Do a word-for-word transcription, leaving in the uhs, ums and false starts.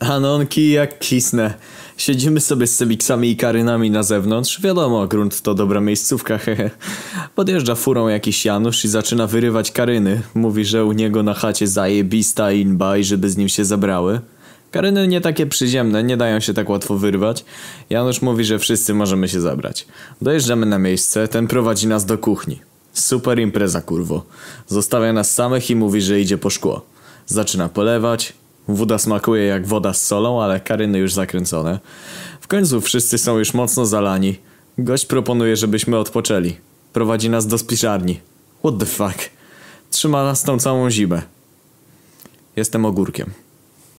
Anonki jak kisnę. Siedzimy sobie z Sebiksami i Karynami na zewnątrz. Wiadomo, grunt to dobra miejscówka, hehe. Podjeżdża furą jakiś Janusz i zaczyna wyrywać Karyny. Mówi, że u niego na chacie zajebista inba i żeby z nim się zabrały. Karyny nie takie przyziemne, nie dają się tak łatwo wyrwać. Janusz mówi, że wszyscy możemy się zabrać. Dojeżdżamy na miejsce, ten prowadzi nas do kuchni. Super impreza, kurwo. Zostawia nas samych i mówi, że idzie po szkło. Zaczyna polewać. Woda smakuje jak woda z solą, ale Karyny już zakręcone. W końcu wszyscy są już mocno zalani. Gość proponuje, żebyśmy odpoczęli. Prowadzi nas do spiszarni. What the fuck? Trzyma nas tą całą zimę. Jestem ogórkiem.